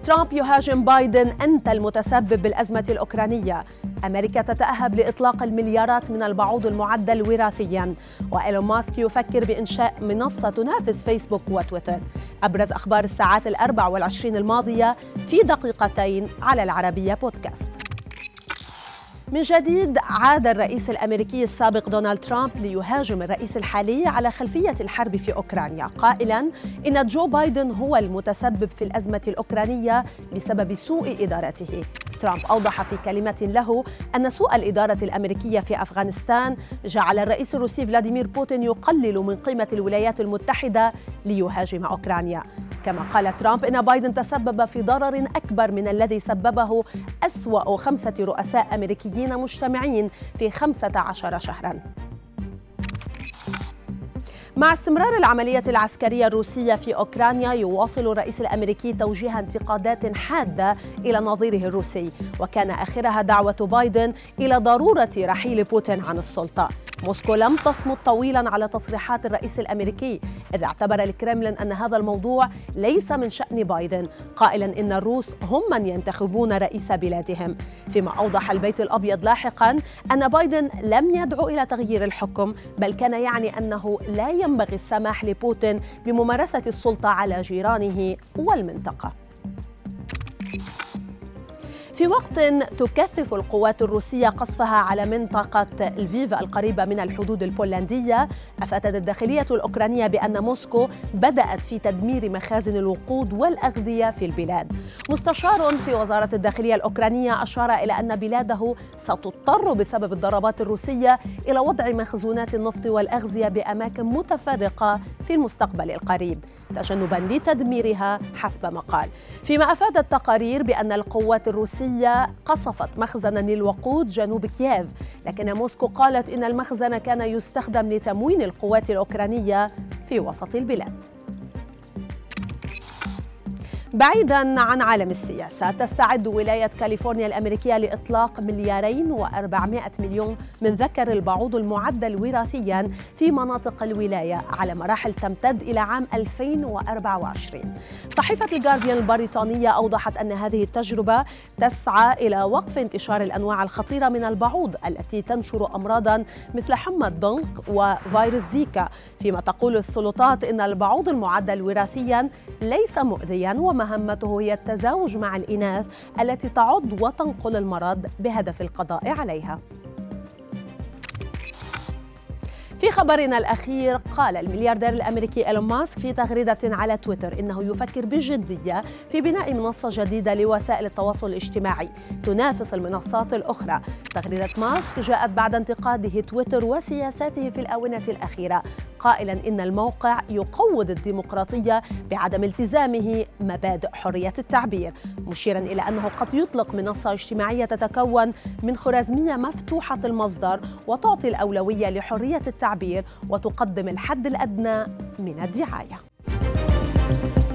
ترامب يهاجم بايدن: أنت المتسبب بالأزمة الأوكرانية. أمريكا تتأهب لإطلاق المليارات من البعوض المعدل وراثياً. وإيلون ماسك يفكر بإنشاء منصة تنافس فيسبوك وتويتر. أبرز أخبار الساعات 24 الماضية في دقيقتين على العربية بودكاست. من جديد عاد الرئيس الأمريكي السابق دونالد ترامب ليهاجم الرئيس الحالي على خلفية الحرب في أوكرانيا، قائلاً إن جو بايدن هو المتسبب في الأزمة الأوكرانية بسبب سوء إدارته. ترامب أوضح في كلمة له أن سوء الإدارة الأمريكية في أفغانستان جعل الرئيس الروسي فلاديمير بوتين يقلل من قيمة الولايات المتحدة ليهاجم أوكرانيا. كما قال ترامب إن بايدن تسبب في ضرر أكبر من الذي سببه أسوأ 5 رؤساء أمريكيين مجتمعين في 15 شهراً. مع استمرار العملية العسكرية الروسية في أوكرانيا، يواصل الرئيس الأمريكي توجيه انتقادات حادة إلى نظيره الروسي، وكان آخرها دعوة بايدن إلى ضرورة رحيل بوتين عن السلطة. موسكو لم تصمت طويلا على تصريحات الرئيس الأمريكي، إذ اعتبر الكرملين أن هذا الموضوع ليس من شأن بايدن، قائلا إن الروس هم من ينتخبون رئيس بلادهم. فيما أوضح البيت الأبيض لاحقا أن بايدن لم يدعو إلى تغيير الحكم، بل كان يعني أنه لا ينبغي السماح لبوتين بممارسة السلطة على جيرانه والمنطقة. في وقت تكثف القوات الروسية قصفها على منطقة لفيف القريبة من الحدود البولندية، أفادت الداخلية الأوكرانية بأن موسكو بدأت في تدمير مخازن الوقود والأغذية في البلاد. مستشار في وزارة الداخلية الأوكرانية أشار إلى أن بلاده ستضطر بسبب الضربات الروسية إلى وضع مخزونات النفط والأغذية بأماكن متفرقة في المستقبل القريب تجنباً لتدميرها حسب ما قال. فيما أفادت تقارير بأن القوات الروسية قصفت مخزنا للوقود جنوب كييف، لكن موسكو قالت إن المخزن كان يستخدم لتموين القوات الأوكرانية في وسط البلاد. بعيداً عن عالم السياسة، تستعد ولاية كاليفورنيا الأمريكية لإطلاق 2.4 مليار من ذكر البعوض المعدل وراثياً في مناطق الولاية على مراحل تمتد إلى عام 2024. صحيفة الجارديان البريطانية أوضحت أن هذه التجربة تسعى إلى وقف انتشار الأنواع الخطيرة من البعوض التي تنشر أمراضاً مثل حمى الضنك وفيروس زيكا، فيما تقول السلطات إن البعوض المعدل وراثياً ليس مؤذياً ومهمته هي التزاوج مع الإناث التي تعض وتنقل المرض بهدف القضاء عليها. في خبرنا الأخير، قال الملياردير الأمريكي إيلون ماسك في تغريدة على تويتر إنه يفكر بجدية في بناء منصة جديدة لوسائل التواصل الاجتماعي تنافس المنصات الأخرى. تغريدة ماسك جاءت بعد انتقاده تويتر وسياساته في الآونة الأخيرة، قائلا إن الموقع يقوض الديمقراطية بعدم التزامه مبادئ حرية التعبير، مشيرا إلى أنه قد يطلق منصة اجتماعية تتكون من خوارزمية مفتوحة المصدر وتعطي الأولوية لحرية التعبير وتقدم الحد الأدنى من الدعاية.